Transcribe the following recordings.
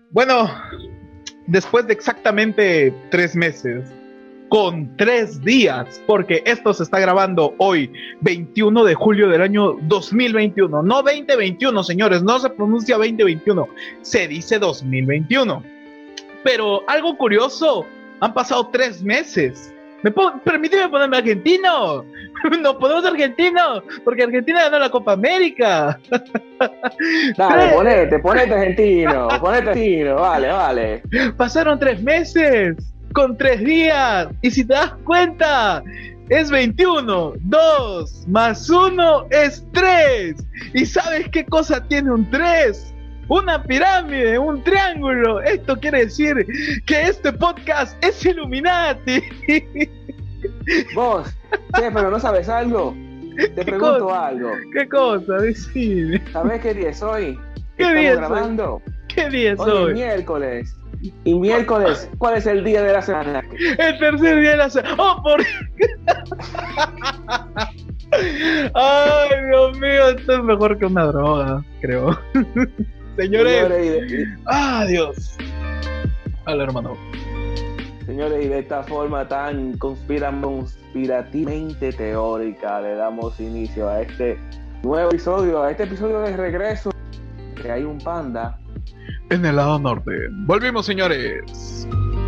Bueno, después de exactamente 3 meses, con 3 días, porque esto se está grabando hoy, 21 de julio del año 2021, no 2021, señores, no se pronuncia 2021, se dice 2021. Pero algo curioso, han pasado 3 meses. Permíteme ponerme argentino. No podemos argentino, porque Argentina ganó la Copa América. Dale, ponete argentino, vale. Pasaron 3 meses, con 3 días, y si te das cuenta, es 21, 2 más 1 es 3. ¿Y sabes qué cosa tiene un 3? Una pirámide, un triángulo. Esto quiere decir que este podcast es Illuminati. Vos, che, pero ¿no sabes algo? Te pregunto cosa? algo. ¿Qué cosa? Decime. ¿Sabés qué día es hoy? ¿Qué día es hoy? Grabando. ¿Qué día es Hoy hoy? es miércoles. Y miércoles, ¿cuál es el día de la semana? El tercer día de la semana. ¡Oh, por! Ay, Dios mío, esto es mejor que una droga, creo. Señores. Dios. Hola, hermano. Señores, y de esta forma tan conspirativamente teórica le damos inicio a este nuevo episodio, a este episodio de regreso, que hay un panda en el lado norte. Volvimos, señores.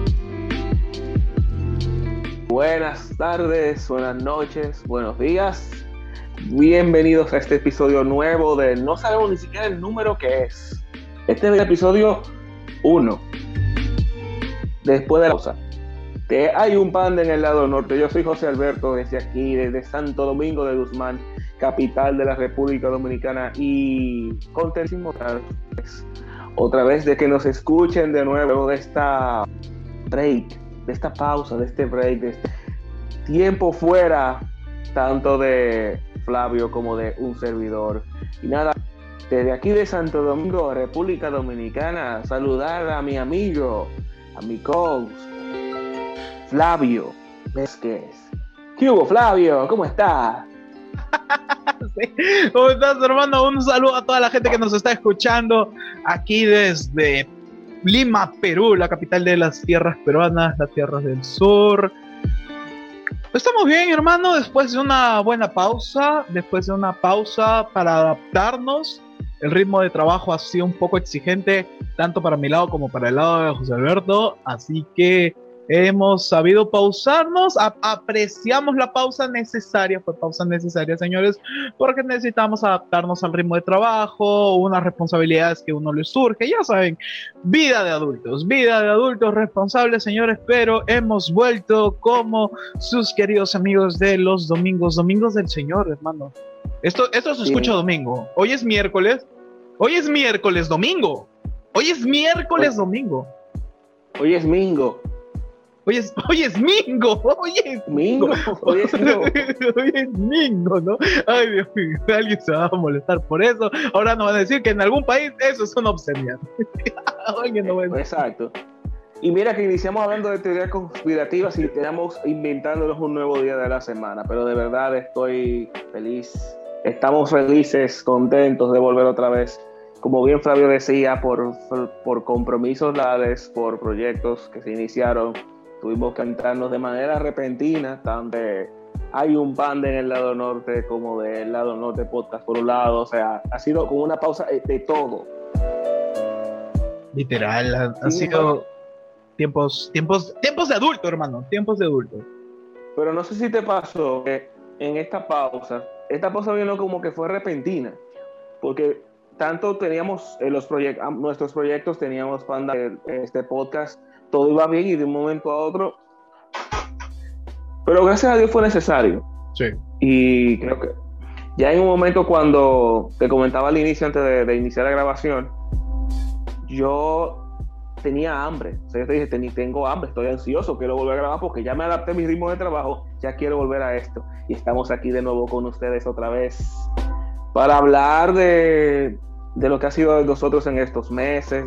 Buenas tardes, buenas noches, buenos días. Bienvenidos a este episodio nuevo de no sabemos ni siquiera el número que es. Este es el episodio 1. Después de la pausa. Hay un panda en el lado norte. Yo soy José Alberto, desde aquí, desde Santo Domingo de Guzmán, capital de la República Dominicana, y contentísimo otra vez de que nos escuchen de nuevo de esta break, de esta pausa, de este break, de este tiempo fuera, tanto de Flavio como de un servidor. Y nada, desde aquí de Santo Domingo, República Dominicana, saludar a mi amigo, a mi coach, Flavio Vázquez. ¿Qué hubo, Flavio? ¿Cómo estás? Sí. ¿Cómo estás, hermano? Un saludo a toda la gente que nos está escuchando aquí desde Lima, Perú, la capital de las tierras peruanas, las tierras del sur. Estamos bien, hermano, después de una buena pausa, para adaptarnos. El ritmo de trabajo ha sido un poco exigente, tanto para mi lado como para el lado de José Alberto, así que hemos sabido pausarnos, apreciamos la pausa necesaria, fue pausa necesaria, señores, porque necesitamos adaptarnos al ritmo de trabajo, unas responsabilidades que a uno le surge, ya saben, vida de adultos responsables, señores, pero hemos vuelto como sus queridos amigos de los domingos del Señor, hermano. Esto se escucha domingo, hoy es miércoles domingo, hoy es miércoles domingo. Hoy es Mingo. Hoy es Mingo. Hoy es Mingo, ¿no? Ay, Dios mío, alguien se va a molestar por eso. Ahora nos van a decir que en algún país eso es una obscenidad. Alguien no va a decir. Exacto. Y mira que iniciamos hablando de teorías conspirativas y quedamos inventándonos un nuevo día de la semana, pero de verdad estoy feliz. Estamos felices, contentos de volver otra vez. Como bien Flavio decía, por compromisos laborales, por proyectos que se iniciaron, tuvimos que entrarnos de manera repentina, tanto hay un panda en el lado norte como del lado norte podcast por un lado, o sea, ha sido como una pausa de todo. Literal, ha sido tiempos de adulto, hermano, tiempos de adulto. Pero no sé si te pasó que en esta pausa vino como que fue repentina, porque tanto teníamos nuestros proyectos, teníamos panda, este podcast, todo iba bien y de un momento a otro, pero gracias a Dios fue necesario. Sí. Y creo que ya en un momento, cuando te comentaba al inicio, antes de iniciar la grabación, yo tenía hambre. O sea, yo te dije, tengo hambre, estoy ansioso, quiero volver a grabar porque ya me adapté a mi ritmo de trabajo, ya quiero volver a esto. Y estamos aquí de nuevo con ustedes otra vez para hablar de lo que ha sido de nosotros en estos meses,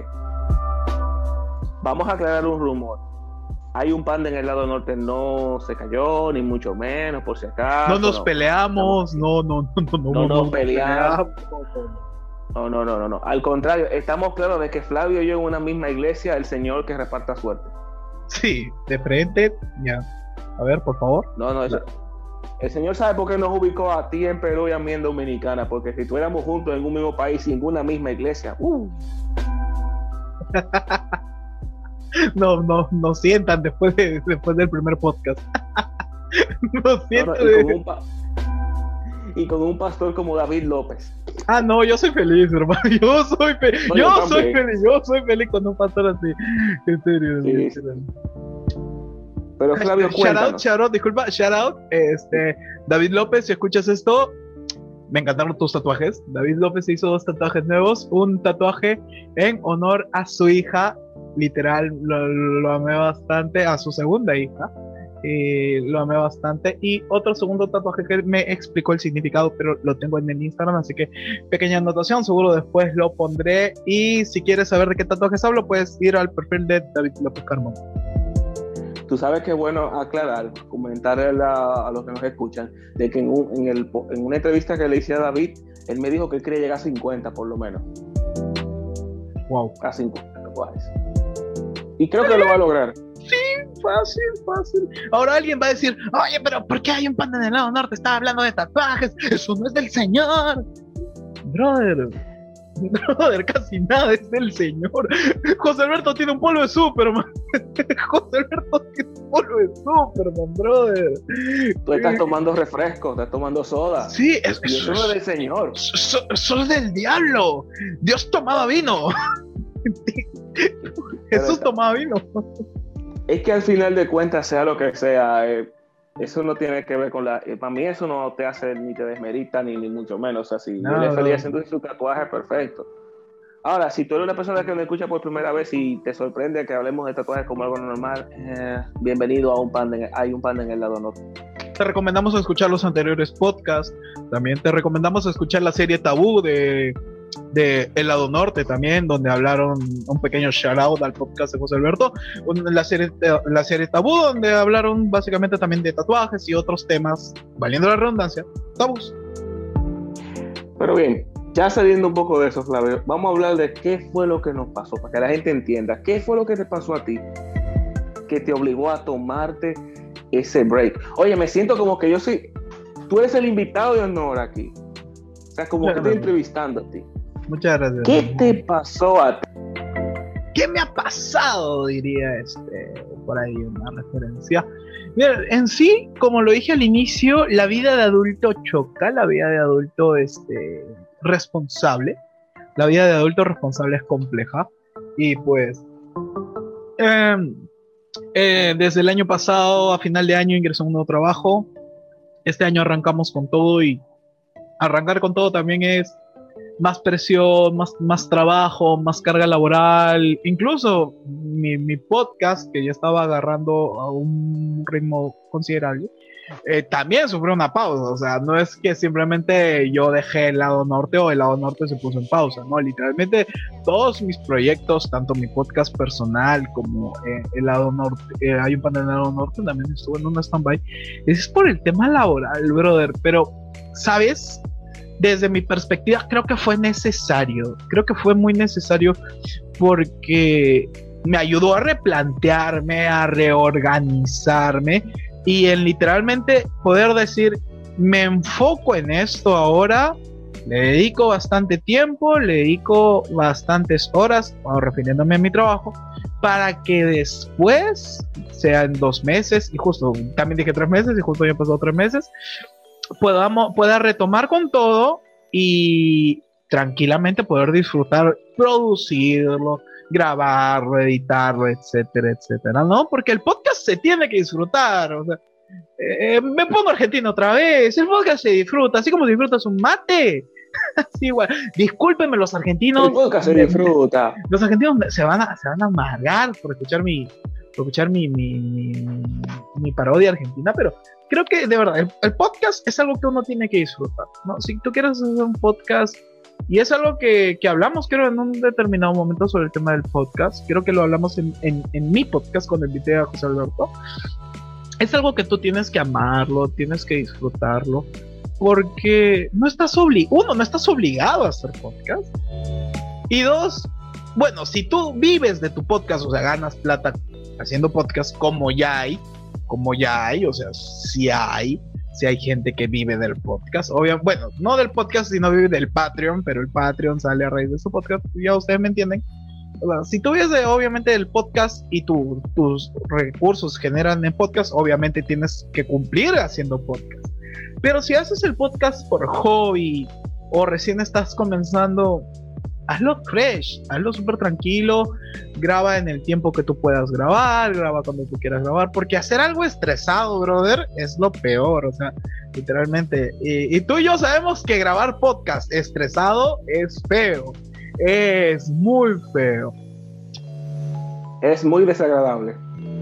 Vamos a aclarar un rumor. Hay un panda en el lado norte, no se cayó, ni mucho menos, por si acaso. No nos peleamos, no nos peleamos. No. Al contrario, estamos claros de que Flavio y yo en una misma iglesia, el Señor que reparta suerte. Sí, de frente, ya. A ver, por favor. No, el Señor sabe por qué nos ubicó a ti en Perú y a mí en Dominicana, porque si estuviéramos juntos en un mismo país y en una misma iglesia, No sientan después del primer podcast. No sientan. Y con un pastor como David López. No, yo soy feliz, hermano. Yo soy feliz con un pastor así. En serio. Sí. Pero Flavio, cuéntanos. Shout out. David López, si escuchas esto, me encantaron tus tatuajes. David López hizo 2 tatuajes nuevos. Un tatuaje en honor a su hija. Literal, lo amé bastante. A su segunda hija. Lo amé bastante. Y otro segundo tatuaje que me explicó el significado, pero lo tengo en el Instagram, así que pequeña anotación, seguro después lo pondré. Y si quieres saber de qué tatuajes hablo, puedes ir al perfil de David López Carmona. Tú sabes que es bueno aclarar, comentarle a los que nos escuchan, de que en una entrevista que le hice a David, él me dijo que él quería llegar a 50 por lo menos. Wow. A 50 tatuajes. Y creo que lo va a lograr. Sí, fácil. Ahora alguien va a decir, oye, pero ¿por qué hay un panda en el lado norte? Estaba hablando de tatuajes, eso no es del Señor. Brother, casi nada es del Señor. José Alberto tiene un polvo de Superman. José Alberto tiene un polvo de Superman, brother. Tú estás tomando refresco, estás tomando soda. Sí, eso no es del Señor. Eso es del diablo. Dios tomaba vino. Jesús tomaba vino. Es que al final de cuentas, sea lo que sea, eso no tiene que ver con para mí eso no te hace ni te desmerita ni mucho menos. O sea, si él es feliz haciendo su tatuaje, perfecto. Ahora, si tú eres una persona que me escucha por primera vez y te sorprende que hablemos de tatuajes como algo normal, bienvenido a hay un panda en el lado norte. Te recomendamos escuchar los anteriores podcasts. También te recomendamos escuchar la serie Tabú de El Lado Norte también, donde hablaron, un pequeño shout out al podcast de José Alberto, la serie Tabú, donde hablaron básicamente también de tatuajes y otros temas, valiendo la redundancia, tabús. Pero bien, ya saliendo un poco de eso, Flavio, vamos a hablar de qué fue lo que nos pasó, para que la gente entienda, qué fue lo que te pasó a ti, que te obligó a tomarte ese break. Oye, me siento como que tú eres el invitado de honor aquí, o sea, como que estoy entrevistando a ti. Muchas gracias. ¿Qué te pasó a ti? ¿Qué me ha pasado? Diría por ahí una referencia. Mira, en sí, como lo dije al inicio, la vida de adulto choca, la vida de adulto responsable. La vida de adulto responsable es compleja. Y pues, desde el año pasado, a final de año, ingresé a un nuevo trabajo. Este año arrancamos con todo y arrancar con todo también es más presión, más trabajo, más carga laboral. Incluso mi podcast, que ya estaba agarrando a un ritmo considerable, también sufrió una pausa. O sea, no es que simplemente yo dejé el lado norte o el lado norte se puso en pausa, no, literalmente todos mis proyectos, tanto mi podcast personal como el lado norte, hay un panel en el lado norte, también estuvo en un stand-by. Es por el tema laboral, brother, pero ¿sabes? Desde mi perspectiva creo que fue necesario, creo que fue muy necesario porque me ayudó a replantearme, a reorganizarme y en literalmente poder decir, me enfoco en esto ahora, le dedico bastante tiempo, le dedico bastantes horas, refiriéndome a mi trabajo, para que después, sea en 2 meses, y justo, también dije 3 meses, y justo ya pasó 3 meses, pueda retomar con todo y tranquilamente poder disfrutar, producirlo, grabarlo, editarlo, etcétera, etcétera, ¿no? Porque el podcast se tiene que disfrutar, o sea, me pongo argentino otra vez, el podcast se disfruta, así como disfrutas un mate, así igual, discúlpenme los argentinos, el podcast se disfruta, los argentinos se van a amargar por escuchar mi parodia argentina, pero creo que de verdad el podcast es algo que uno tiene que disfrutar, ¿no? Si tú quieres hacer un podcast, y es algo que hablamos creo en un determinado momento sobre el tema del podcast, creo que lo hablamos en mi podcast cuando invité a José Alberto, es algo que tú tienes que amarlo, tienes que disfrutarlo, porque no estás obligado a hacer podcast. Y dos, bueno, si tú vives de tu podcast, o sea, ganas plata haciendo podcast, como ya hay, o sea, sí hay gente que vive del podcast, obviamente, bueno, no del podcast, sino vive del Patreon, pero el Patreon sale a raíz de su podcast, ya ustedes me entienden. O sea, si tú vives obviamente del podcast y tus recursos generan en podcast, obviamente tienes que cumplir haciendo podcast. Pero si haces el podcast por hobby o recién estás comenzando, hazlo fresh, hazlo súper tranquilo, graba en el tiempo que tú puedas grabar, graba cuando tú quieras grabar, porque hacer algo estresado, brother, es lo peor, o sea, literalmente. Y tú y yo sabemos que grabar podcast estresado es feo, es muy feo. Es muy desagradable.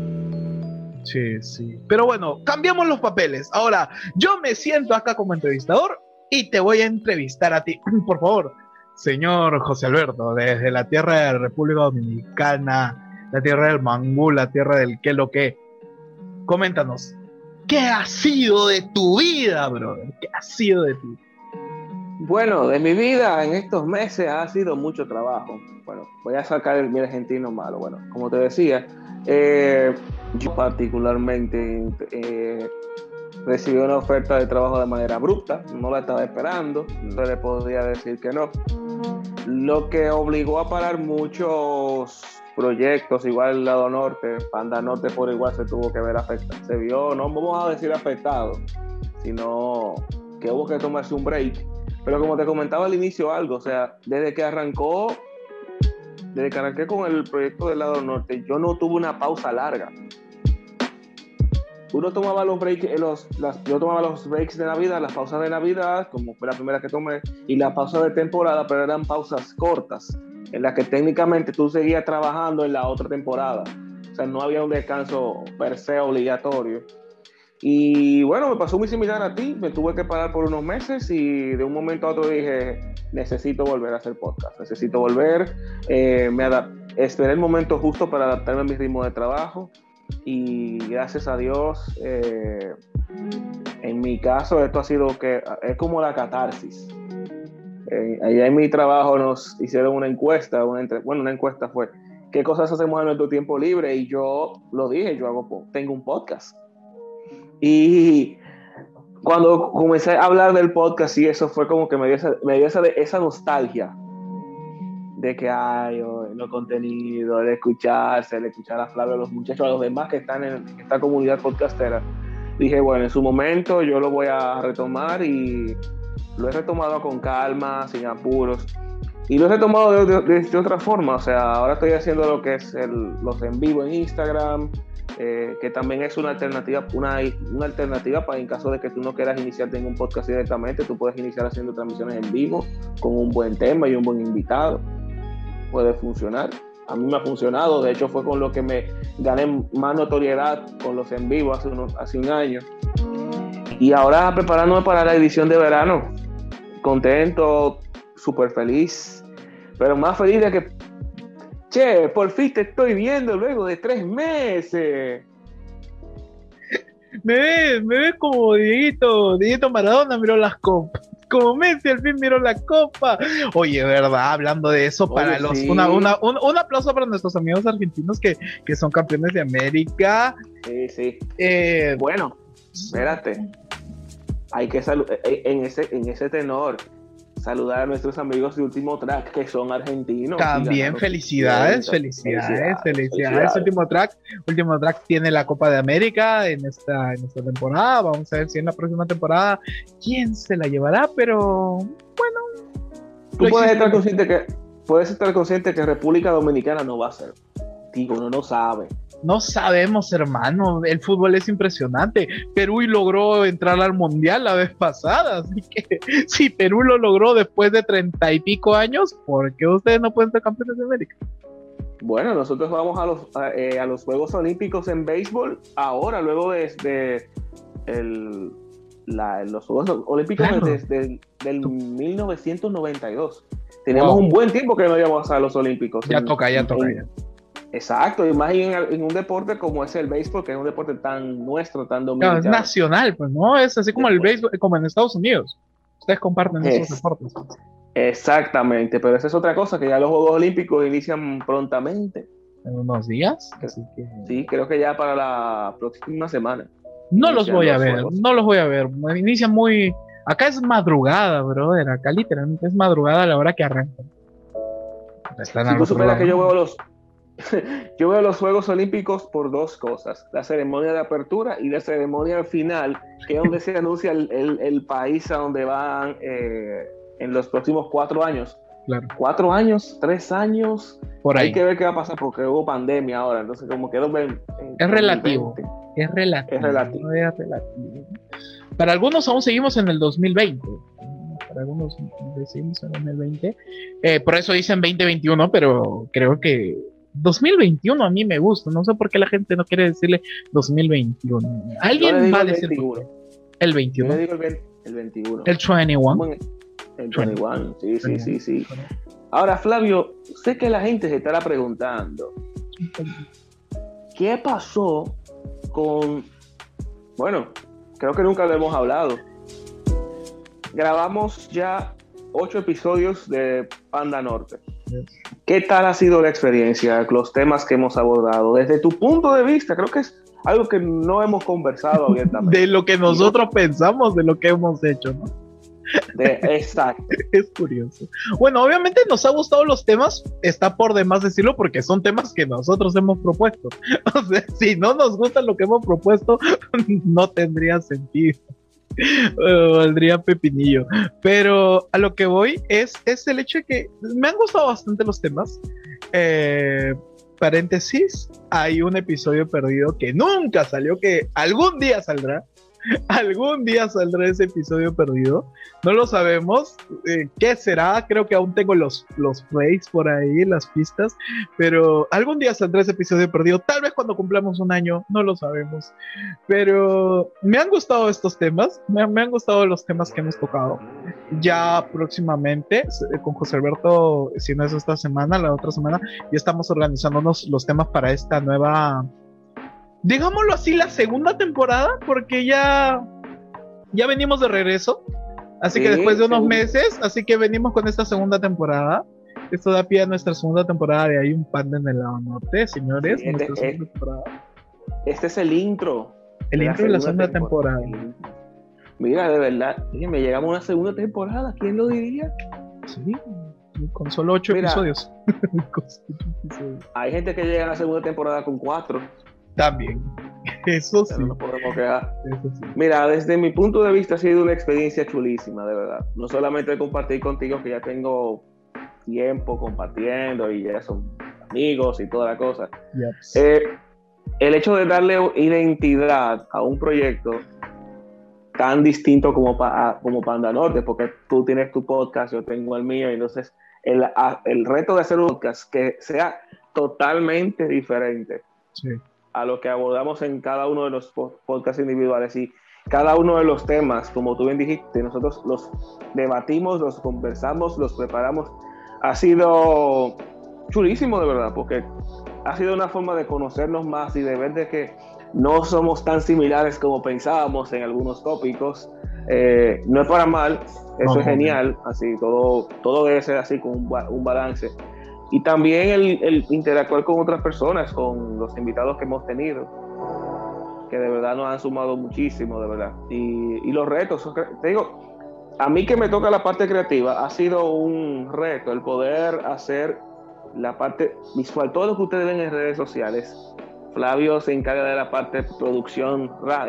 Sí. Pero bueno, cambiamos los papeles. Ahora, yo me siento acá como entrevistador y te voy a entrevistar a ti. Por favor, señor José Alberto, desde la tierra de la República Dominicana, la tierra del mangú, la tierra del qué lo que. Coméntanos, ¿qué ha sido de tu vida, brother? ¿Qué ha sido de ti? Bueno, de mi vida en estos meses ha sido mucho trabajo. Bueno, voy a sacar mi argentino malo. Bueno, como te decía, yo particularmente recibí una oferta de trabajo de manera abrupta, no la estaba esperando, no le podía decir que no. Lo que obligó a parar muchos proyectos, igual el lado norte, Panda Norte por igual se tuvo que ver afectado. Se vio, no vamos a decir afectado, sino que hubo que tomarse un break. Pero como te comentaba al inicio algo, o sea, desde que arranqué con el proyecto del lado norte, yo no tuve una pausa larga. Uno tomaba los breaks, yo tomaba los breaks de Navidad, las pausas de Navidad, como fue la primera que tomé, y la pausa de temporada, pero eran pausas cortas, en las que técnicamente tú seguías trabajando en la otra temporada. O sea, no había un descanso per se obligatorio. Y bueno, me pasó muy similar a ti, me tuve que parar por unos meses y de un momento a otro dije, necesito volver a hacer podcast, necesito volver, esperé el momento justo para adaptarme a mi ritmo de trabajo y gracias a Dios, en mi caso esto ha sido es como la catarsis. Allá en mi trabajo nos hicieron una encuesta, una encuesta fue, ¿qué cosas hacemos en nuestro tiempo libre? Y yo lo dije, tengo un podcast. Y cuando comencé a hablar del podcast y eso fue como que me dio esa nostalgia de que hay los contenidos, de escuchar a Flavio, a los muchachos, a los demás que están en esta comunidad podcastera. Dije, bueno, en su momento yo lo voy a retomar y lo he retomado con calma, sin apuros. Y lo he retomado de otra forma, o sea, ahora estoy haciendo lo que es los en vivo en Instagram, que también es una alternativa para en caso de que tú no quieras iniciarte en un podcast directamente, tú puedes iniciar haciendo transmisiones en vivo con un buen tema y un buen invitado. Puede funcionar. A mí me ha funcionado, de hecho fue con lo que me gané más notoriedad con los en vivo hace un año. Y ahora preparándome para la edición de verano, contento, súper feliz, pero más feliz de que che, por fin te estoy viendo luego de 3 meses. Me ves como Dieguito Maradona miró las copas. Como Messi al fin miró la copa. Oye, verdad, hablando de eso, sí. Un aplauso para nuestros amigos argentinos que son campeones de América. Sí. Bueno, espérate. Hay que en ese tenor saludar a nuestros amigos de Último Track que son argentinos. También felicidades. Último Track tiene la Copa de América en esta temporada. Vamos a ver si en la próxima temporada quién se la llevará, pero bueno. Tú puedes estar consciente que República Dominicana no va a ser. Digo, uno no sabe. No sabemos, hermano, el fútbol es impresionante. Perú logró entrar al Mundial la vez pasada, así que si Perú lo logró después de 30 y pico años, ¿por qué ustedes no pueden ser campeones de América? Bueno, nosotros vamos a los Juegos Olímpicos en béisbol ahora, luego de los Juegos Olímpicos desde el 1992. Tenemos un buen tiempo que no íbamos a los Olímpicos. Ya toca. Exacto, y más en un deporte como es el béisbol, que es un deporte tan nuestro, tan Claro, es dominicano. nacional, pues, ¿no? Es así como el béisbol, como en Estados Unidos. Ustedes comparten esos Es, deportes. exactamente, pero esa es otra cosa, que ya los Juegos Olímpicos inician prontamente. En unos días, así que Sí, creo que ya para la próxima semana no los inician voy a los ver, Juegos. no los voy a ver. Inicia muy... Acá es madrugada, brother. Acá literalmente es madrugada a la hora que arrancan. Están Si al tú otro supieras lado, que yo ¿no? veo yo veo los Juegos Olímpicos por dos cosas: la ceremonia de apertura y la ceremonia final, que es donde se anuncia el país a donde van en los próximos 4 años. Claro, 4 años, 3 años, por hay ahí. que ver qué va a pasar porque hubo pandemia ahora, entonces como quedó en Es relativo. 2020. Es relativo. Es relativo. Es relativo. Para algunos aún seguimos en el 2020. Para algunos seguimos en el 2020. Por eso dicen 2021, pero creo que 2021 a mí me gusta. No sé por qué la gente no quiere decirle 2021. Yo le Alguien digo va a el decir por 21. qué. El Yo 21. le digo el 21. El 21. Como el 21, sí, sí, sí, sí. Ahora, Flavio, sé que la gente se estará preguntando, ¿qué pasó con... Bueno, creo que nunca lo hemos hablado. Grabamos ya 8 episodios de Panda Norte. ¿Qué tal ha sido la experiencia, los temas que hemos abordado? Desde tu punto de vista, creo que es algo que no hemos conversado abiertamente. De lo que nosotros pensamos, de lo que hemos hecho, ¿no? Exacto. Es curioso. Bueno, obviamente nos ha gustado los temas, está por demás decirlo porque son temas que nosotros hemos propuesto. O sea, si no nos gusta lo que hemos propuesto, no tendría sentido. Valdría pepinillo. Pero a lo que voy es el hecho de que me han gustado bastante los temas. Paréntesis, hay un episodio perdido que nunca salió, que algún día saldrá. Algún día saldrá ese episodio perdido. No lo sabemos. ¿Qué será? Creo que aún tengo los plays por ahí, las pistas. Pero algún día saldrá ese episodio perdido. Tal vez cuando cumplamos un año. No lo sabemos. Pero me han gustado estos temas. Me han gustado los temas que hemos tocado. Ya próximamente, con José Alberto, si no es esta semana, la otra semana, ya estamos organizándonos los temas para esta nueva... digámoslo así, la segunda temporada, porque ya venimos de regreso, así que después de unos meses, así que venimos con esta segunda temporada. Esto da pie a nuestra segunda temporada de Hay un Panda en el Lado Norte, señores. Sí, nuestra segunda temporada. Este es el intro. El intro de la segunda temporada. Mira, de verdad, me llegamos a una segunda temporada, ¿quién lo diría? Sí, con solo 8 episodios. Hay gente que llega a la segunda temporada con 4. También, eso sí. No nos podemos quedar. Eso sí. Mira, desde mi punto de vista ha sido una experiencia chulísima, de verdad. No solamente compartir contigo, que ya tengo tiempo compartiendo y ya son amigos y toda la cosa. Yep. El hecho de darle identidad a un proyecto tan distinto como Panda Norte, porque tú tienes tu podcast, yo tengo el mío, y entonces el reto de hacer un podcast que sea totalmente diferente. Sí. A lo que abordamos en cada uno de los podcasts individuales, y cada uno de los temas, como tú bien dijiste, nosotros los debatimos, los conversamos, los preparamos. Ha sido chulísimo, de verdad, porque ha sido una forma de conocernos más y de ver de que no somos tan similares como pensábamos en algunos tópicos. No es para mal, eso es genial, así todo debe ser así, con un balance. Y también el interactuar con otras personas, con los invitados que hemos tenido, que de verdad nos han sumado muchísimo, de verdad. Y los retos, te digo, a mí que me toca la parte creativa, ha sido un reto el poder hacer la parte visual. Todo lo que ustedes ven en redes sociales, Flavio se encarga de la parte de producción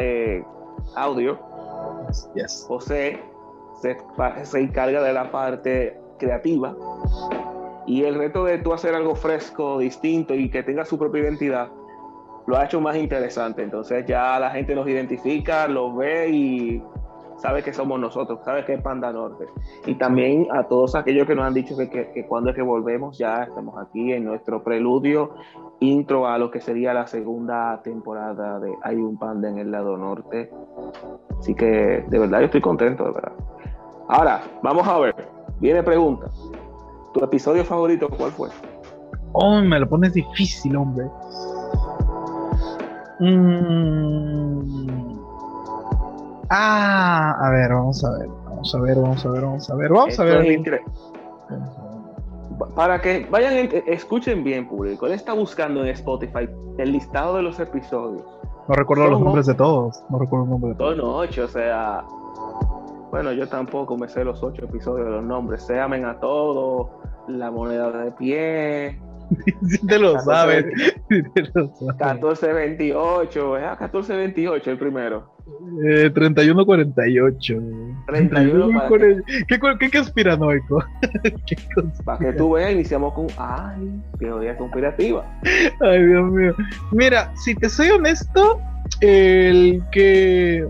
audio. Yes. José se encarga de la parte creativa. Y el reto de tú hacer algo fresco, distinto y que tenga su propia identidad, lo ha hecho más interesante. Entonces ya la gente nos identifica, lo ve y sabe que somos nosotros, sabe que es Panda Norte. Y también a todos aquellos que nos han dicho que cuando es que volvemos, ya estamos aquí en nuestro preludio, intro a lo que sería la segunda temporada de Hay un Panda en el Lado Norte. Así que de verdad yo estoy contento, de verdad. Ahora, vamos a ver, viene pregunta. ¿Tu episodio favorito cuál fue? Oh, me lo pones difícil, hombre. A ver, vamos a ver. Para que vayan, escuchen bien, público. Él está buscando en Spotify el listado de los episodios. No recuerdo los nombres de todos. Son 8, o sea. Bueno, yo tampoco me sé los 8 episodios de los nombres. Se amen a todos. La moneda de pie. Si te lo sabes. 1428. 1428 el primero. 3148. 31. ¿Qué conspiranoico? Para que tú veas, iniciamos con. Ay, teoría conspirativa. Ay, Dios mío. Mira, si te soy honesto, el que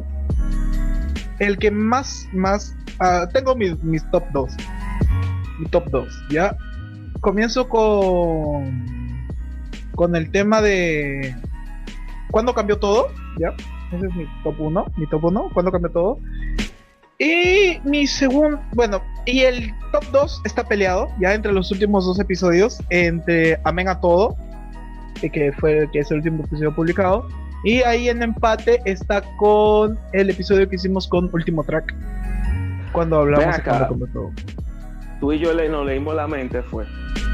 más tengo mis top 2. Mi top 2, ¿ya? Comienzo con el tema de ¿cuándo cambió todo? ¿Ya? Ese es mi top 1, ¿cuándo cambió todo? Y mi segundo, y el top 2 está peleado, ya entre los últimos 2 episodios, entre Amén a todo, que es el último episodio publicado, y ahí en empate está con el episodio que hicimos con Último Track, cuando hablamos de cuándo cambió todo. Tú y yo nos leímos la mente, fue.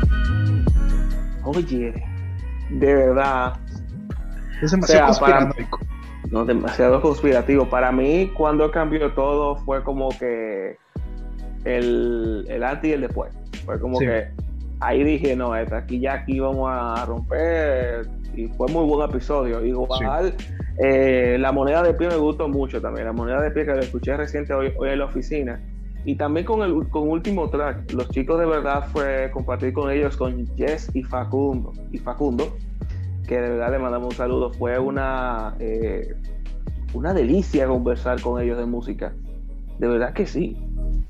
Oye, de verdad. Es demasiado conspiranoico. No, demasiado conspirativo. Para mí, cuando cambió todo, fue como que el antes y el después. Fue como que ahí dije, no, aquí vamos a romper. Y fue muy buen episodio. Igual, la moneda de pie me gustó mucho también. La moneda de pie que lo escuché reciente hoy en la oficina. Y también con Último Track, los chicos de verdad fue compartir con ellos, con Jess y Facundo, que de verdad le mandamos un saludo. Fue una delicia conversar con ellos de música. De verdad que sí.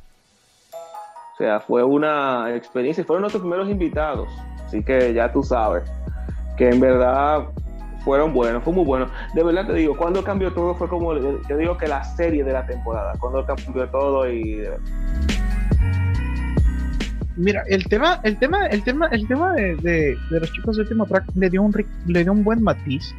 O sea, fue una experiencia. Fueron nuestros primeros invitados. Así que ya tú sabes que en verdad fueron buenos, fue muy bueno. De verdad te digo, cuando cambió todo fue como, yo digo que la serie de la temporada, cuando cambió todo y... Mira, el tema de los chicos de Último Track le dio un buen matiz.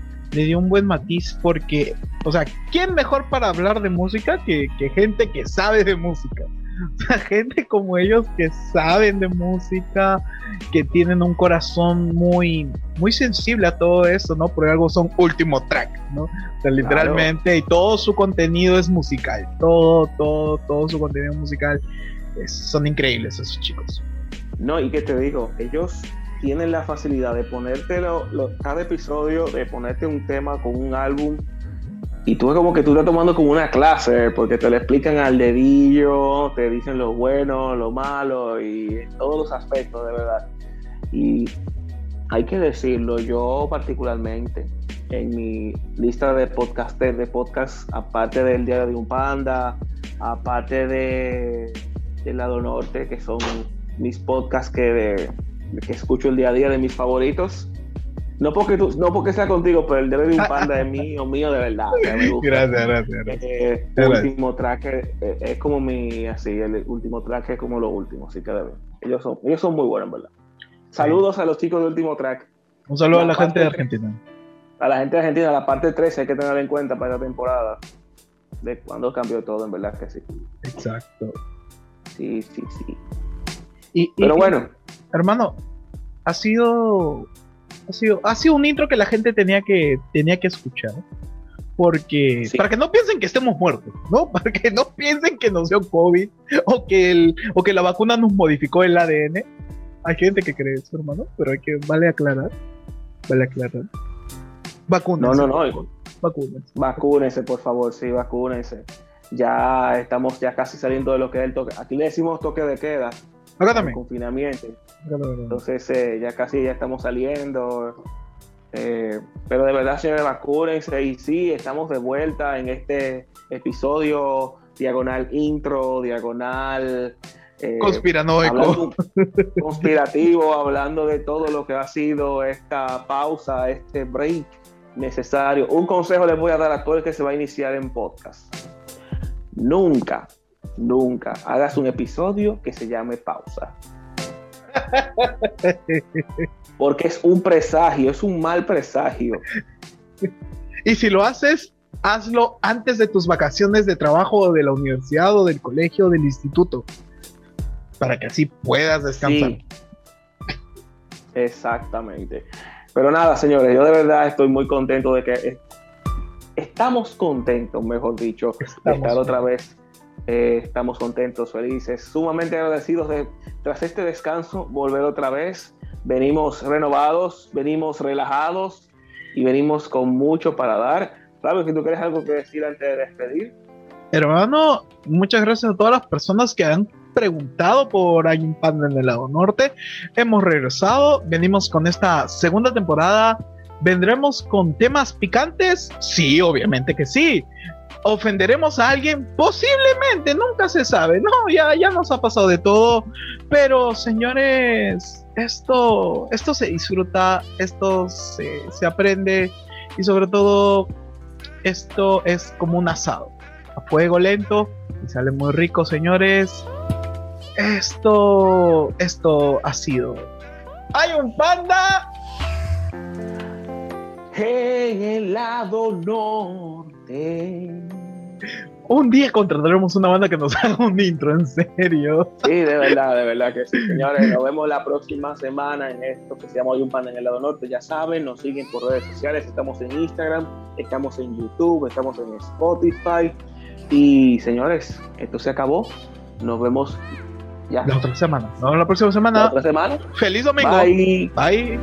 Porque, o sea, ¿quién mejor para hablar de música que gente que sabe de música? O sea, gente como ellos que saben de música, que tienen un corazón muy, muy sensible a todo eso, ¿no? Por algo son Último Track, ¿no? O sea, literalmente, claro. Y todo su contenido es musical. Todo su contenido musical. Son increíbles esos chicos. No, y que te digo, ellos tienen la facilidad de ponerte cada episodio, de ponerte un tema con un álbum, y tú es como que tú estás tomando como una clase, porque te lo explican al dedillo, te dicen lo bueno, lo malo, y todos los aspectos, de verdad. Y hay que decirlo, yo particularmente, en mi lista de podcast, aparte del Diario de un Panda, aparte del Lado Norte, que son mis podcasts que escucho el día a día, de mis favoritos. No porque sea contigo, pero el Diario de un Panda es mío de verdad. Me gusta. Gracias. El último track es como el último track es como lo último, así que ellos son muy buenos, ¿verdad? Saludos a los chicos de Último Track. Un saludo a la gente de Argentina. A la gente de Argentina, la parte 13 hay que tener en cuenta para esta temporada. De cuando cambió todo, en verdad que sí. Exacto. Sí. Pero bueno, hermano, ha sido un intro que la gente tenía que escuchar, porque para que no piensen que estemos muertos, ¿no? Para que no piensen que nos dio COVID o que la vacuna nos modificó el ADN. Hay gente que cree eso, hermano, pero vale aclarar. Vacúnense. No. Vacúnense, por favor, sí, vacúnense. Ya estamos casi saliendo de lo que es el toque. Aquí le decimos toque de queda. Acá también. Confinamiento. Entonces ya estamos saliendo. Pero de verdad, señores, vacúnense. Y sí, estamos de vuelta en este episodio diagonal intro, diagonal conspiranoico, conspirativo, hablando de todo lo que ha sido esta pausa, este break necesario. Un consejo les voy a dar a todo el que se va a iniciar en podcast: nunca hagas un episodio que se llame pausa. Porque es un presagio, es un mal presagio. Y si lo haces, hazlo antes de tus vacaciones de trabajo o de la universidad o del colegio o del instituto, para que así puedas descansar. Sí, exactamente. Pero nada, señores, yo de verdad estoy muy contento de que estamos contentos, mejor dicho, de estar otra vez. Estamos contentos, felices, sumamente agradecidos de, tras este descanso, volver otra vez. Venimos renovados, venimos relajados y venimos con mucho para dar. Flavio, si tú quieres algo que decir antes de despedir. Hermano, muchas gracias a todas las personas que han preguntado por Hay un Panda en el lado norte. Hemos regresado, venimos con esta segunda temporada. ¿Vendremos con temas picantes? Sí, obviamente que sí. ¿Ofenderemos a alguien? Posiblemente, nunca se sabe. No, ya nos ha pasado de todo. Pero, señores, esto se disfruta, esto se aprende y sobre todo, esto es como un asado. A fuego lento y sale muy rico, señores. Esto ha sido Hay un Panda En el lado norte. Un día contrataremos una banda que nos haga un intro, en serio. Sí, de verdad que sí, señores. Nos vemos la próxima semana en esto que se llama Hay un Panda en el lado norte. Ya saben, nos siguen por redes sociales. Estamos en Instagram, estamos en YouTube, estamos en Spotify. Y señores, esto se acabó. Nos vemos ya la otra semana. Nos vemos la próxima semana. La otra semana. ¡Feliz domingo! Bye. Bye.